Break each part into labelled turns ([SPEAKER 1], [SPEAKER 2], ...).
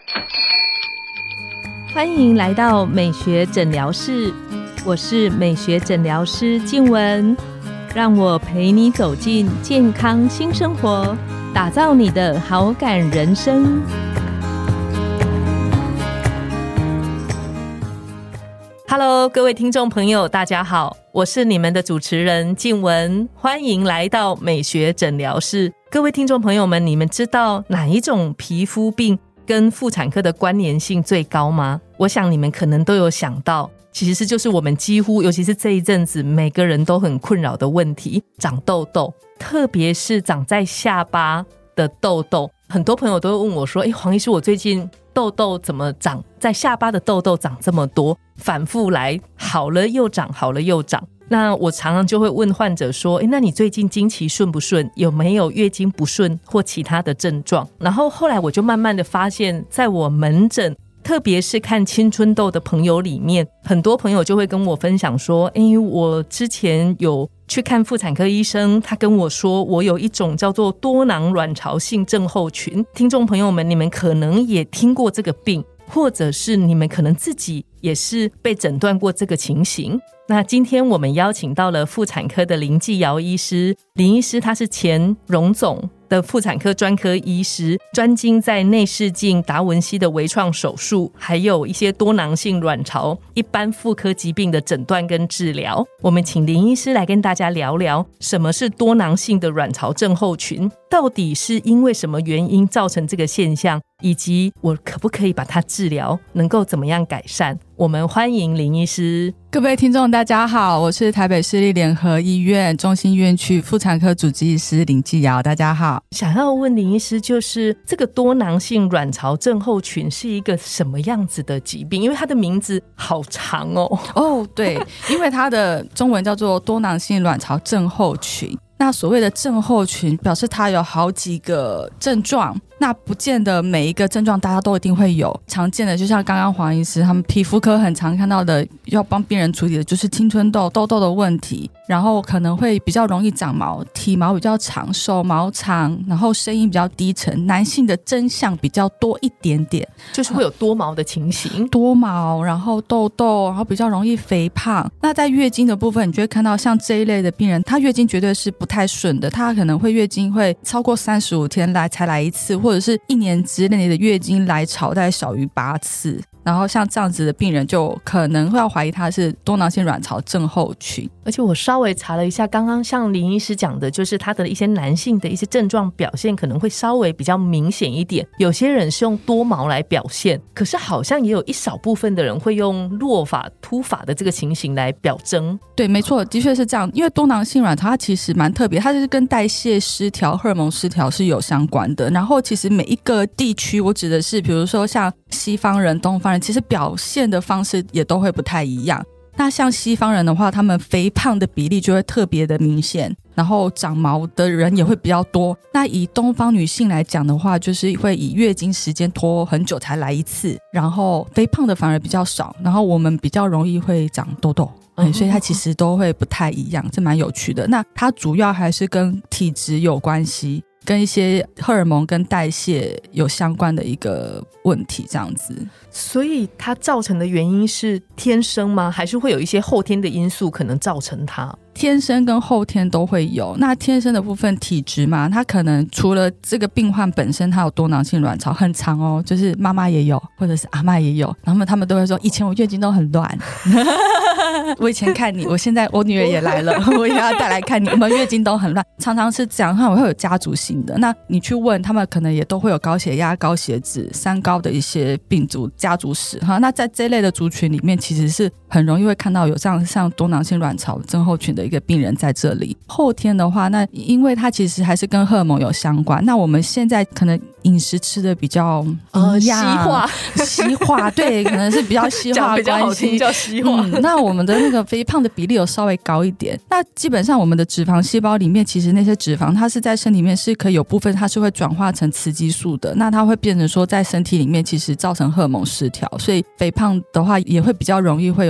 [SPEAKER 1] 欢迎来到美学诊疗室，我是美学诊疗师静雯，让我陪你走进健康新生活，打造你的好感人生。Hello， 各位听众朋友，大家好，我是你们的主持人静雯，欢迎来到美学诊疗室。各位听众朋友们，你们知道哪一种皮肤病跟妇产科的关联性最高吗？我想你们可能都有想到，其实就是我们几乎尤其是这一阵子每个人都很困扰的问题，长痘痘，特别是长在下巴的痘痘。很多朋友都会问我说，黄医师，我最近痘痘怎么长，在下巴的痘痘长这么多，反复来，好了又长，好了又长。那我常常就会问患者说，那你最近经期顺不顺？有没有月经不顺或其他的症状？然后后来我就慢慢的发现，在我门诊特别是看青春痘的朋友里面，很多朋友就会跟我分享说，我之前有去看妇产科医生，他跟我说我有一种叫做多囊卵巢性症候群。听众朋友们，你们可能也听过这个病，或者是你们可能自己也是被诊断过这个情形。那今天我们邀请到了妇产科的林继尧医师，林医师他是前荣总的妇产科专科医师，专精在内视镜、达文西的微创手术，还有一些多囊性卵巢一般妇科疾病的诊断跟治疗。我们请林医师来跟大家聊聊什么是多囊性的卵巢症候群，到底是因为什么原因造成这个现象，以及我可不可以把它治疗，能够怎么样改善。我们欢迎林医师。
[SPEAKER 2] 各位听众大家好，我是台北市立联合医院中心院区妇产科主治医师林继尧，大家好。
[SPEAKER 1] 想要问林医师，就是这个多囊性卵巢症候群是一个什么样子的疾病？因为它的名字好长哦。
[SPEAKER 2] 对，因为它的中文叫做多囊性卵巢症候群。那所谓的症候群表示它有好几个症状，那不见得每一个症状大家都一定会有。常见的就像刚刚黄医师他们皮肤科很常看到的，要帮病人处理的就是青春痘、痘痘的问题，然后可能会比较容易长毛，体毛比较长，手毛长，然后声音比较低沉，男性的真相比较多一点点，
[SPEAKER 1] 就是会有多毛的情形，
[SPEAKER 2] 多毛，然后痘痘，然后比较容易肥胖。那在月经的部分，你就会看到像这一类的病人，他月经绝对是不太顺的，他可能会月经会超过35天才来一次，或者是1年之内的月经来潮大概小于8次。然后像这样子的病人就可能会要怀疑他是多囊性卵巢症候群。
[SPEAKER 1] 而且我稍微查了一下，刚刚像林医师讲的，就是他的一些男性的一些症状表现可能会稍微比较明显一点，有些人是用多毛来表现，可是好像也有一少部分的人会用落发、秃发的这个情形来表征。
[SPEAKER 2] 对，没错，的确是这样。因为多囊性卵巢它其实蛮特别，它是跟代谢失调、荷尔蒙失调是有相关的。然后其实每一个地区，我指的是比如说像西方人、东方人，其实表现的方式也都会不太一样。那像西方人的话，他们肥胖的比例就会特别的明显，然后长毛的人也会比较多。那以东方女性来讲的话，就是会以月经时间拖很久才来一次，然后肥胖的反而比较少，然后我们比较容易会长痘痘。所以它其实都会不太一样，这蛮有趣的。那它主要还是跟体质有关系，跟一些荷尔蒙跟代谢有相关的一个问题这样子。
[SPEAKER 1] 所以它造成的原因是天生吗？还是会有一些后天的因素可能造成它？
[SPEAKER 2] 天生跟后天都会有。那天生的部分体质嘛，它可能除了这个病患本身它有多囊性卵巢很长哦，就是妈妈也有或者是阿嬷也有，然后他们都会说以前我月经都很乱我以前看你，我现在我女儿也来了我也要带来看你，我们月经都很乱，常常是这样。他们会有家族性的，那你去问他们可能也都会有高血压、高血脂、三高的一些病族家族史。那在这类的族群里面，其实是很容易会看到有这样像多囊性卵巢症候群的一个病人在这里。后天的话，那因为它其实还是跟荷尔蒙有相关，那我们现在可能饮食吃的比较西化对，可能是比较西化的关系，讲比较好听
[SPEAKER 1] 叫西化。
[SPEAKER 2] 那我们的那个肥胖的比例有稍微高一点。那基本上我们的脂肪细胞里面，其实那些脂肪它是在身体里面是可以有部分它是会转化成雌激素的，那它会变成说在身体里面其实造成荷尔蒙失调，所以肥胖的话也会比较容易会有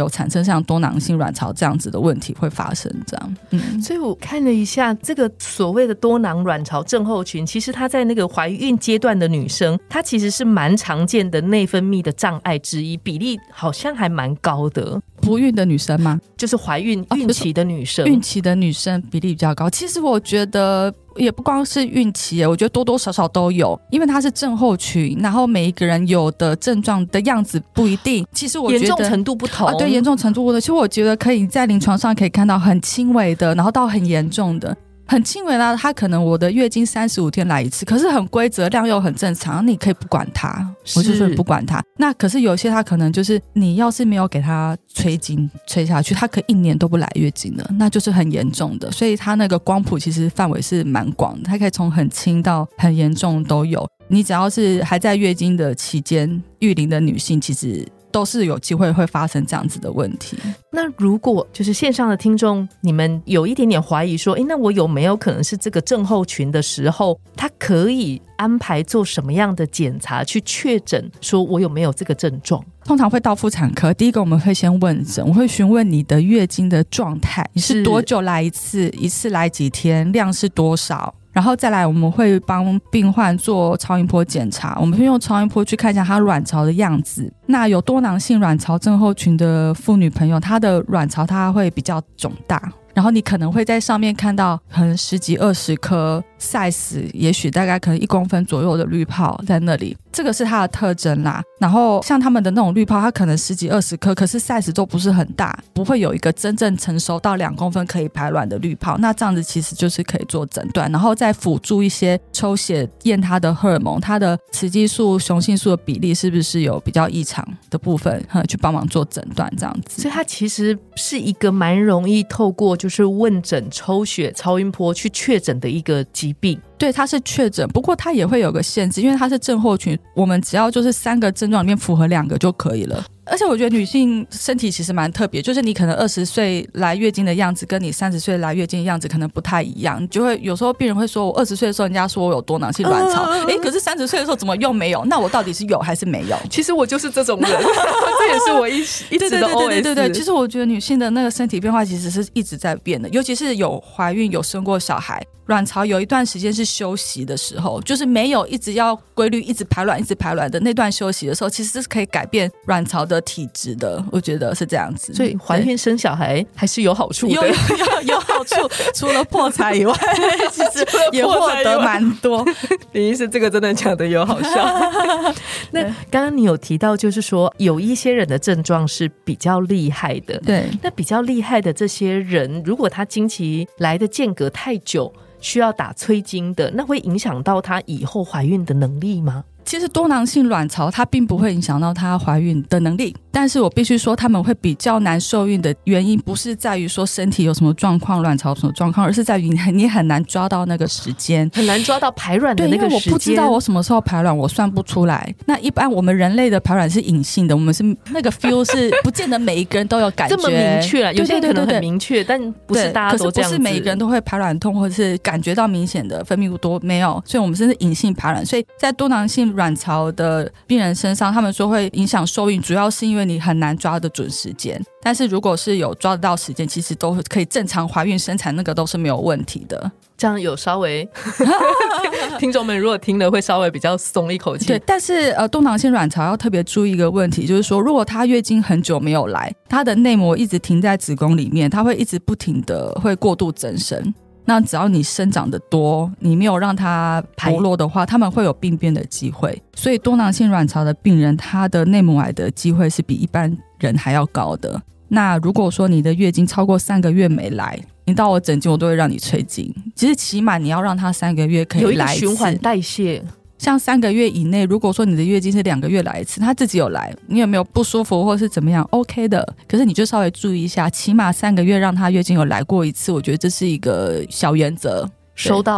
[SPEAKER 2] 产生像多囊性卵巢这样子的问题会发生这样。
[SPEAKER 1] 所以我看了一下这个所谓的多囊卵巢症候群，其实它在那个怀孕阶段的女生，它其实是蛮常见的内分泌的障碍之一，比例好像还蛮高的。
[SPEAKER 2] 不孕的女生吗？
[SPEAKER 1] 就是怀孕孕期的女生，
[SPEAKER 2] 孕期的女生比例比较高。其实我觉得也不光是孕期，我觉得多多少少都有，因为它是症候群，然后每一个人有的症状的样子不一定。其实我觉得
[SPEAKER 1] 严重程度不同，
[SPEAKER 2] 对，严重程度不同。其实我觉得可以在临床上可以看到很轻微的，然后到很严重的。很轻微啦，它可能我的月经35天来一次，可是很规则，量又很正常，你可以不管它，我就说不管它。那可是有些它可能就是你要是没有给它催经催下去，它可以1年都不来月经了，那就是很严重的。所以它那个光谱其实范围是蛮广的，它可以从很轻到很严重都有。你只要是还在月经的期间育龄的女性，其实都是有机会会发生这样子的问题。
[SPEAKER 1] 那如果就是线上的听众，你们有一点点怀疑说，那我有没有可能是这个症候群的时候，他可以安排做什么样的检查去确诊说我有没有这个症状？
[SPEAKER 2] 通常会到妇产科，第一个我们会先问诊，我会询问你的月经的状态，你是多久来一次，一次来几天，量是多少，然后再来我们会帮病患做超音波检查，我们会用超音波去看一下她卵巢的样子。那有多囊性卵巢症候群的妇女朋友，她的卵巢它会比较肿大，然后你可能会在上面看到可能10几20颗 size， 也许大概可能1公分左右的滤泡在那里，这个是它的特征啦。然后像他们的那种滤泡，它可能10几20颗，可是 size 都不是很大，不会有一个真正成熟到2公分可以排卵的滤泡，那这样子其实就是可以做诊断，然后再辅助一些抽血验它的荷尔蒙，它的雌激素雄性素的比例是不是有比较异常的部分，去帮忙做诊断这样子。
[SPEAKER 1] 所以它其实是一个蛮容易透过就是问诊抽血超音波去确诊的一个疾病。
[SPEAKER 2] 对，它是确诊，不过它也会有个限制，因为它是症候群，我们只要就是3个症状里面符合2个就可以了。而且我觉得女性身体其实蛮特别，就是你可能20岁来月经的样子跟你30岁来月经的样子可能不太一样，你就会有时候病人会说，我20岁的时候人家说我有多囊性卵巢，可是30岁的时候怎么又没有？那我到底是有还是没有？
[SPEAKER 1] 其实我就是这种人这也是我一直的 OS。
[SPEAKER 2] 对，其实我觉得女性的那个身体变化其实是一直在变的，尤其是有怀孕有生过小孩，卵巢有一段时间是休息的时候，就是没有一直要规律一直排卵的那段休息的时候，其实是可以改变卵巢的体质的，我觉得是这样子。
[SPEAKER 1] 所以怀孕生小孩还是有好处的，
[SPEAKER 2] 有好处除了破财以外其实也获得蛮多。
[SPEAKER 1] 林医师这个真的讲的有好笑那刚刚你有提到就是说有一些人的症状是比较厉害的，
[SPEAKER 2] 对，
[SPEAKER 1] 那比较厉害的这些人，如果他经期来的间隔太久需要打催经的，那会影响到她以后怀孕的能力吗？
[SPEAKER 2] 其实多囊性卵巢它并不会影响到她怀孕的能力，但是我必须说他们会比较难受孕的原因不是在于说身体有什么状况，卵巢有什么状况，而是在于你很难抓到那个时间，
[SPEAKER 1] 很难抓到排卵的那个时间。
[SPEAKER 2] 对，因为我不知道我什么时候排卵，我算不出来。那一般我们人类的排卵是隐性的，我们是那个 feel 是不见得每一个人都有感觉
[SPEAKER 1] 这么明确啦，有些人可能很明确，但不是大家都这样子。
[SPEAKER 2] 可是不是每一个人都会排卵痛或者是感觉到明显的分泌物多，没有，所以我们是隐性排卵。所以在多囊性卵巢的病人身上，他们说会影响受孕，主要是因为你很难抓得准时间，但是如果是有抓得到时间，其实都可以正常怀孕生产，那个都是没有问题的。
[SPEAKER 1] 这样有稍微听众们如果听了会稍微比较松一口气。
[SPEAKER 2] 对，但是多囊性卵巢要特别注意一个问题，就是说如果她月经很久没有来，她的内膜一直停在子宫里面，她会一直不停的会过度增生，那只要你生长的多，你没有让它剥落的话，他们会有病变的机会。所以多囊性卵巢的病人，他的内膜癌的机会是比一般人还要高的。那如果说你的月经超过3个月没来，你到我诊间我都会让你催经，其实起码你要让它3个月可以来一次，
[SPEAKER 1] 有一个循环代谢。
[SPEAKER 2] 像3个月以内，如果说你的月经是2个月来一次，他自己有来，你有没有不舒服或是怎么样 OK 的，可是你就稍微注意一下，起码3个月让他月经有来过一次，我觉得这是一个小原则。
[SPEAKER 1] 收到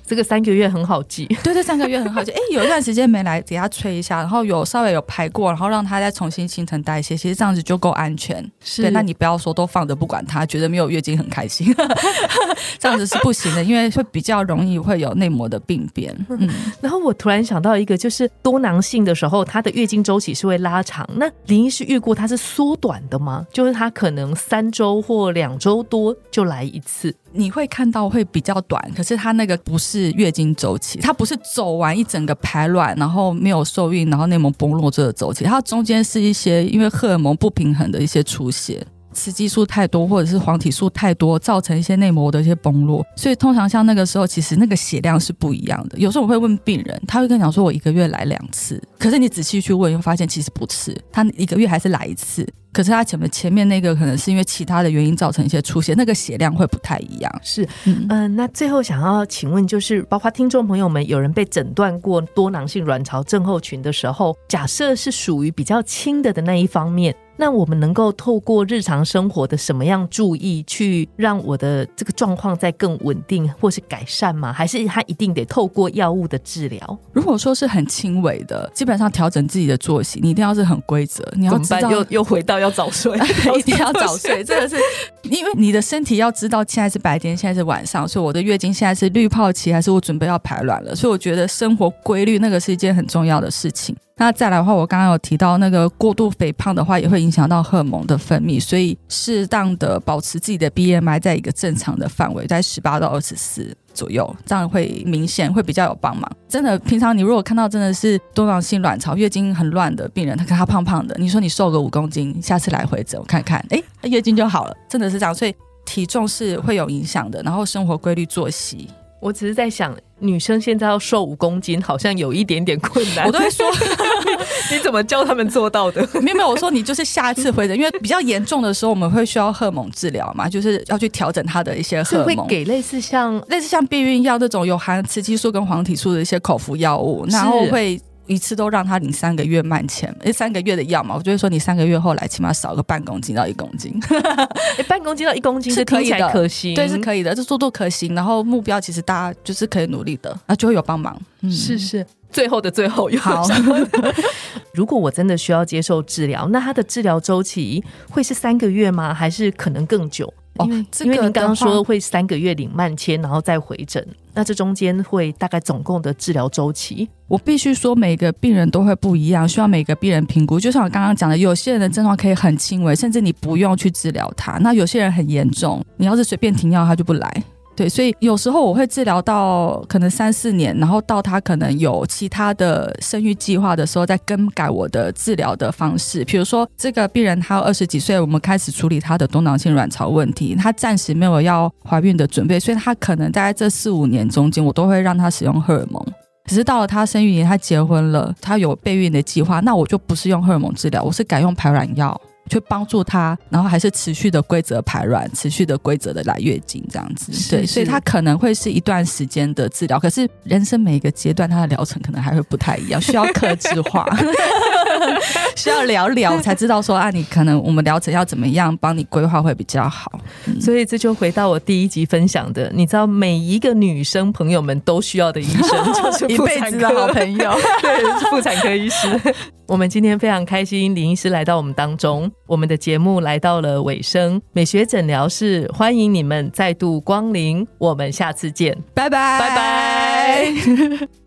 [SPEAKER 1] 这个3个月很好记。
[SPEAKER 2] 对对，3个月很好记。有一段时间没来给他吹一下，然后稍微有排过，然后让他再重新新陈代谢，其实这样子就够安全。对，那你不要说都放着不管他，觉得没有月经很开心这样子是不行的，因为会比较容易会有内膜的病变。
[SPEAKER 1] 然后我突然想到一个，就是多囊性的时候它的月经周期是会拉长，那林医师遇过它是缩短的吗？就是它可能3周或2周多就来一次。
[SPEAKER 2] 你会看到会比较短，可是它那个不是月经周期，它不是走完一整个排卵然后没有受孕然后内膜崩落这个周期，它中间是一些因为荷尔蒙不平衡的一些出血，雌激素太多或者是黄体素太多造成一些内膜的一些崩落，所以通常像那个时候其实那个血量是不一样的。有时候我会问病人，他会跟你讲说我1个月来2次，可是你仔细去问会发现其实不是，他1个月还是来1次，可是他前面那个可能是因为其他的原因造成一些出血，那个血量会不太一样。
[SPEAKER 1] 是，那最后想要请问，就是包括听众朋友们有人被诊断过多囊性卵巢症候群的时候，假设是属于比较轻的那一方面，那我们能够透过日常生活的什么样注意去让我的这个状况再更稳定或是改善吗？还是他一定得透过药物的治疗？
[SPEAKER 2] 如果说是很轻微的，基本上调整自己的作息，你一定要是很规则，你要知道
[SPEAKER 1] 怎么办？又回到要早睡
[SPEAKER 2] 一定要早睡，真的是因为你的身体要知道现在是白天现在是晚上，所以我的月经现在是滤泡期还是我准备要排卵了，所以我觉得生活规律那个是一件很重要的事情。那再来的话，我刚刚有提到那个过度肥胖的话也会影响到荷尔蒙的分泌，所以适当的保持自己的 BMI 在一个正常的范围，在18到24左右，这样会明显会比较有帮忙。真的平常你如果看到真的是多囊性卵巢月经很乱的病人，他胖胖的，你说你瘦个5公斤，下次来回诊我看看，月经就好了，真的是这样。所以体重是会有影响的，然后生活规律作息。
[SPEAKER 1] 我只是在想，女生现在要瘦5公斤好像有一点点困难。
[SPEAKER 2] 我都会说
[SPEAKER 1] 你怎么教他们做到的？
[SPEAKER 2] 没有，我说你就是下一次回诊，因为比较严重的时候我们会需要荷尔蒙治疗嘛，就是要去调整它的一些荷尔蒙，
[SPEAKER 1] 是会给类似像
[SPEAKER 2] 避孕药这种有含雌激素跟黄体素的一些口服药物，然后会一次都让他领3个月慢签，3个月的药嘛，我就会说你3个月后来起码少个半公斤到1公斤
[SPEAKER 1] 半公斤到1公斤是可以的，可行，
[SPEAKER 2] 对，是可以的，这速度可行，然后目标其实大家就是可以努力的，那就会有帮忙。
[SPEAKER 1] 是最后的最后好如果我真的需要接受治疗，那它的治疗周期会是3个月吗？还是可能更久？因为您刚刚说会3个月领慢签然后再回诊，那这中间会大概总共的治疗周期？
[SPEAKER 2] 我必须说每个病人都会不一样，需要每个病人评估。就像我刚刚讲的，有些人的症状可以很轻微，甚至你不用去治疗它，那有些人很严重，你要是随便停药他就不来。对，所以有时候我会治疗到可能3-4年，然后到他可能有其他的生育计划的时候再更改我的治疗的方式。比如说这个病人他有20几岁，我们开始处理他的多囊性卵巢问题，他暂时没有要怀孕的准备，所以他可能大概这4-5年中间我都会让他使用荷尔蒙。只是到了他生育年，他结婚了，他有备孕的计划，那我就不是用荷尔蒙治疗，我是改用排卵药去帮助他，然后还是持续的规则排卵，持续的规则的来月经这样子。对，所以他可能会是一段时间的治疗，可是人生每一个阶段他的疗程可能还会不太一样，需要客制化需要聊聊才知道说你可能我们疗程要怎么样帮你规划会比较好。
[SPEAKER 1] 所以这就回到我第1集分享的，你知道每一个女生朋友们都需要的医生就是
[SPEAKER 2] 一辈子的好朋友
[SPEAKER 1] 对，是妇产科医师我们今天非常开心林医师来到我们当中，我们的节目来到了尾声，美学诊疗室欢迎你们再度光临，我们下次见，
[SPEAKER 2] 拜拜
[SPEAKER 1] 拜拜